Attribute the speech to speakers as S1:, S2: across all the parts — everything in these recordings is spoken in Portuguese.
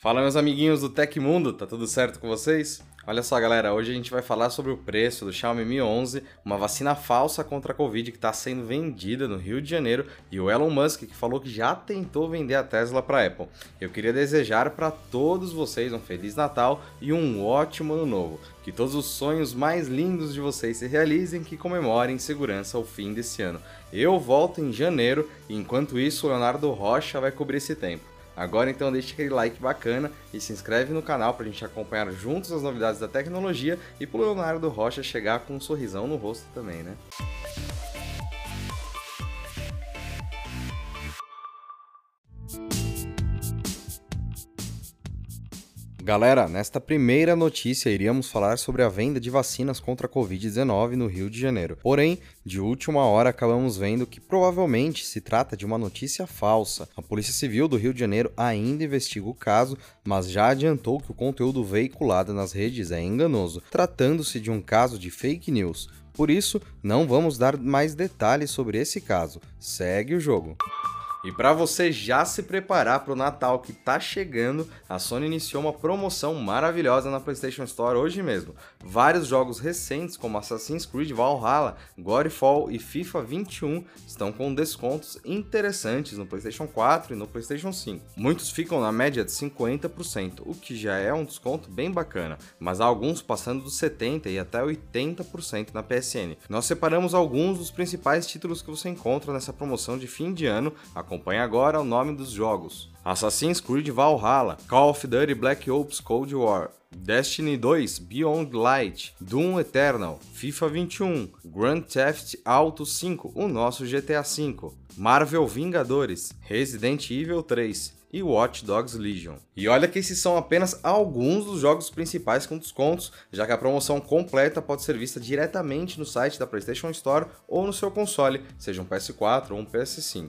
S1: Fala, meus amiguinhos do Tecmundo, tá tudo certo com vocês? Olha só, galera, hoje a gente vai falar sobre o preço do Xiaomi Mi 11, uma vacina falsa contra a Covid que está sendo vendida no Rio de Janeiro, e o Elon Musk que falou que já tentou vender a Tesla para a Apple. Eu queria desejar para todos vocês um Feliz Natal e um ótimo Ano Novo. Que todos os sonhos mais lindos de vocês se realizem, que comemorem em segurança o fim desse ano. Eu volto em janeiro e enquanto isso o Leonardo Rocha vai cobrir esse tempo. Agora então deixa aquele like bacana e se inscreve no canal pra gente acompanhar juntos as novidades da tecnologia e pro Leonardo Rocha chegar com um sorrisão no rosto também, né? Galera, nesta primeira notícia iríamos falar sobre a venda de vacinas contra a Covid-19 no Rio de Janeiro. Porém, de última hora acabamos vendo que provavelmente se trata de uma notícia falsa. A Polícia Civil do Rio de Janeiro ainda investiga o caso, mas já adiantou que o conteúdo veiculado nas redes é enganoso, tratando-se de um caso de fake news. Por isso, não vamos dar mais detalhes sobre esse caso. Segue o jogo. E para você já se preparar para o Natal que tá chegando, a Sony iniciou uma promoção maravilhosa na PlayStation Store hoje mesmo. Vários jogos recentes como Assassin's Creed Valhalla, Godfall e FIFA 21 estão com descontos interessantes no PlayStation 4 e no PlayStation 5. Muitos ficam na média de 50%, o que já é um desconto bem bacana, mas há alguns passando dos 70% e até 80% na PSN. Nós separamos alguns dos principais títulos que você encontra nessa promoção de fim de ano. Acompanhe agora o nome dos jogos: Assassin's Creed Valhalla, Call of Duty Black Ops Cold War, Destiny 2 Beyond Light, Doom Eternal, FIFA 21, Grand Theft Auto 5, o nosso GTA V, Marvel Vingadores, Resident Evil 3 e Watch Dogs Legion. E olha que esses são apenas alguns dos jogos principais com descontos, já que a promoção completa pode ser vista diretamente no site da PlayStation Store ou no seu console, seja um PS4 ou um PS5.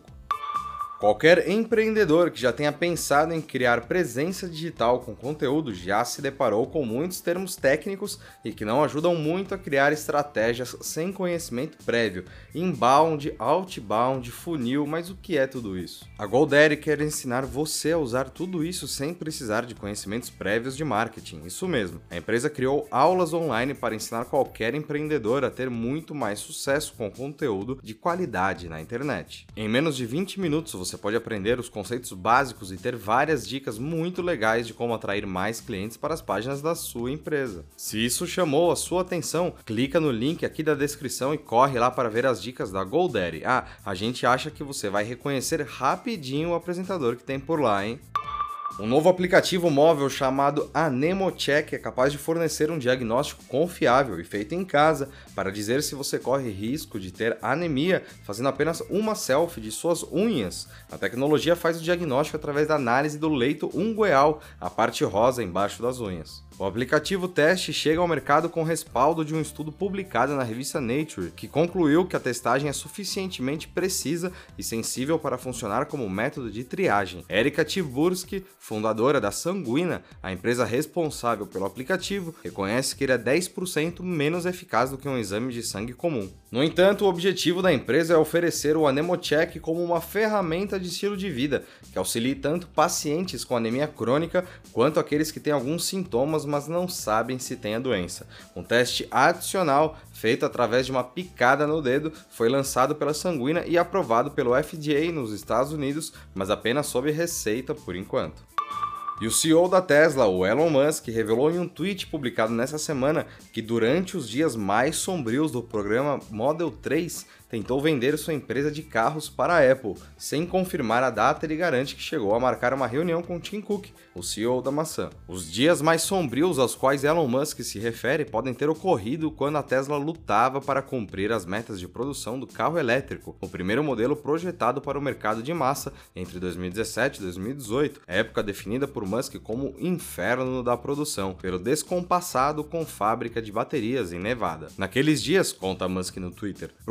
S1: Qualquer empreendedor que já tenha pensado em criar presença digital com conteúdo já se deparou com muitos termos técnicos e que não ajudam muito a criar estratégias sem conhecimento prévio. Inbound, outbound, funil, mas o que é tudo isso? A GoDaddy quer ensinar você a usar tudo isso sem precisar de conhecimentos prévios de marketing. Isso mesmo, a empresa criou aulas online para ensinar qualquer empreendedor a ter muito mais sucesso com conteúdo de qualidade na internet. Em menos de 20 minutos você pode aprender os conceitos básicos e ter várias dicas muito legais de como atrair mais clientes para as páginas da sua empresa. Se isso chamou a sua atenção, clica no link aqui da descrição e corre lá para ver as dicas da GoDaddy. A gente acha que você vai reconhecer rapidinho o apresentador que tem por lá, hein? Um novo aplicativo móvel chamado AnemoCheck é capaz de fornecer um diagnóstico confiável e feito em casa para dizer se você corre risco de ter anemia fazendo apenas uma selfie de suas unhas. A tecnologia faz o diagnóstico através da análise do leito ungueal, a parte rosa embaixo das unhas. O aplicativo teste chega ao mercado com respaldo de um estudo publicado na revista Nature, que concluiu que a testagem é suficientemente precisa e sensível para funcionar como método de triagem. Erika Tiburski, fundadora da Sanguina, a empresa responsável pelo aplicativo, reconhece que ele é 10% menos eficaz do que um exame de sangue comum. No entanto, o objetivo da empresa é oferecer o AnemoCheck como uma ferramenta de estilo de vida, que auxilie tanto pacientes com anemia crônica quanto aqueles que têm alguns sintomas, mas não sabem se tem a doença. Um teste adicional, feito através de uma picada no dedo, foi lançado pela Sanguina e aprovado pelo FDA nos Estados Unidos, mas apenas sob receita por enquanto. E o CEO da Tesla, o Elon Musk, revelou em um tweet publicado nessa semana que durante os dias mais sombrios do programa Model 3, tentou vender sua empresa de carros para a Apple. Sem confirmar a data, ele garante que chegou a marcar uma reunião com Tim Cook, o CEO da maçã. Os dias mais sombrios aos quais Elon Musk se refere podem ter ocorrido quando a Tesla lutava para cumprir as metas de produção do carro elétrico, o primeiro modelo projetado para o mercado de massa entre 2017 e 2018, época definida por Musk como inferno da produção, pelo descompassado com fábrica de baterias em Nevada. Naqueles dias, conta Musk no Twitter, procurei Tim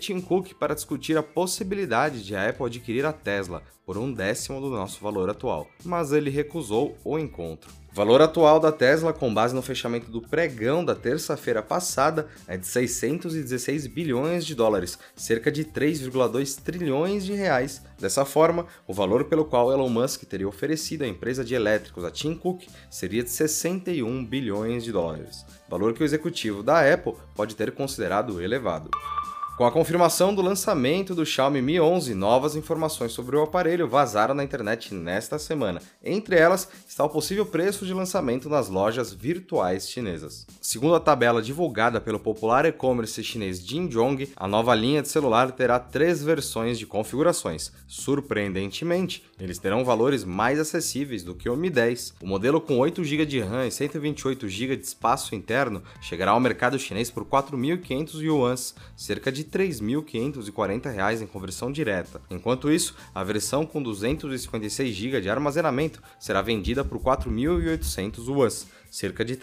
S1: Tim Cook para discutir a possibilidade de a Apple adquirir a Tesla por 1/10 do nosso valor atual, mas ele recusou o encontro. O valor atual da Tesla, com base no fechamento do pregão da terça-feira passada, é de 616 bilhões de dólares, cerca de 3,2 trilhões de reais. Dessa forma, o valor pelo qual Elon Musk teria oferecido à empresa de elétricos, a Tim Cook, seria de 61 bilhões de dólares, valor que o executivo da Apple pode ter considerado elevado. Com a confirmação do lançamento do Xiaomi Mi 11, novas informações sobre o aparelho vazaram na internet nesta semana. Entre elas está o possível preço de lançamento nas lojas virtuais chinesas. Segundo a tabela divulgada pelo popular e-commerce chinês Jingdong, a nova linha de celular terá 3 versões de configurações. Surpreendentemente, eles terão valores mais acessíveis do que o Mi 10. O modelo com 8 GB de RAM e 128 GB de espaço interno chegará ao mercado chinês por 4.500 yuans, cerca de R$ 3.540 em conversão direta. Enquanto isso, a versão com 256 GB de armazenamento será vendida por 4.800 yuans, cerca de R$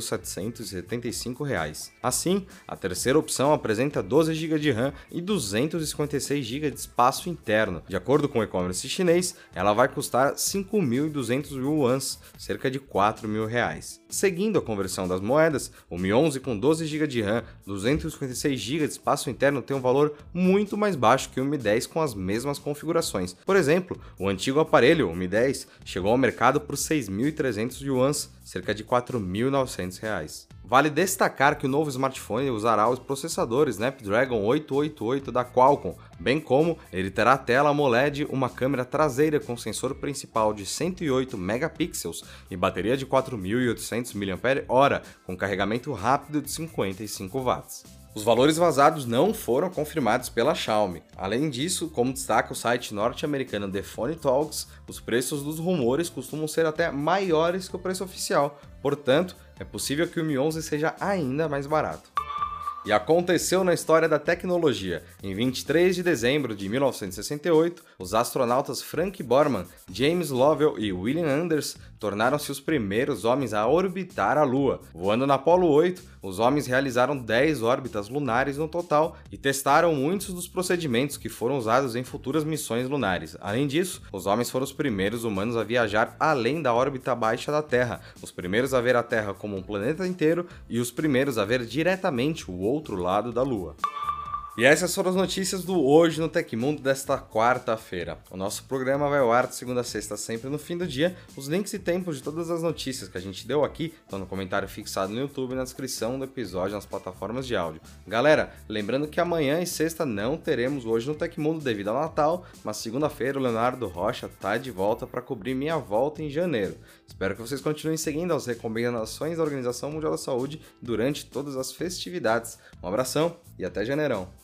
S1: 3.775. Assim, a terceira opção apresenta 12 GB de RAM e 256 GB de espaço interno. De acordo com o e-commerce chinês, ela vai custar 5.200 yuans, cerca de R$ 4.000. Seguindo a conversão das moedas, o Mi 11 com 12 GB de RAM, 256 GB de espaço interno tem um valor muito mais baixo que o Mi 10 com as mesmas configurações. Por exemplo, o antigo aparelho, o Mi 10, chegou ao mercado por 6.300 yuans, cerca de R$ 4.900. Vale destacar que o novo smartphone usará os processadores Snapdragon 888 da Qualcomm, bem como ele terá tela AMOLED, uma câmera traseira com sensor principal de 108 megapixels e bateria de 4.800 mAh com carregamento rápido de 55 watts. Os valores vazados não foram confirmados pela Xiaomi. Além disso, como destaca o site norte-americano The Phone Talks, os preços dos rumores costumam ser até maiores que o preço oficial. Portanto, é possível que o Mi 11 seja ainda mais barato. E aconteceu na história da tecnologia. Em 23 de dezembro de 1968, os astronautas Frank Borman, James Lovell e William Anders tornaram-se os primeiros homens a orbitar a Lua. Voando na Apollo 8, os homens realizaram 10 órbitas lunares no total e testaram muitos dos procedimentos que foram usados em futuras missões lunares. Além disso, os homens foram os primeiros humanos a viajar além da órbita baixa da Terra, os primeiros a ver a Terra como um planeta inteiro e os primeiros a ver diretamente o outro lado da Lua. E essas foram as notícias do Hoje no Tecmundo desta quarta-feira. O nosso programa vai ao ar de segunda a sexta, sempre no fim do dia. Os links e tempos de todas as notícias que a gente deu aqui estão no comentário fixado no YouTube e na descrição do episódio nas plataformas de áudio. Galera, lembrando que amanhã e sexta não teremos Hoje no Tecmundo devido ao Natal, mas segunda-feira o Leonardo Rocha tá de volta para cobrir minha volta em janeiro. Espero que vocês continuem seguindo as recomendações da Organização Mundial da Saúde durante todas as festividades. Um abração e até janeirão!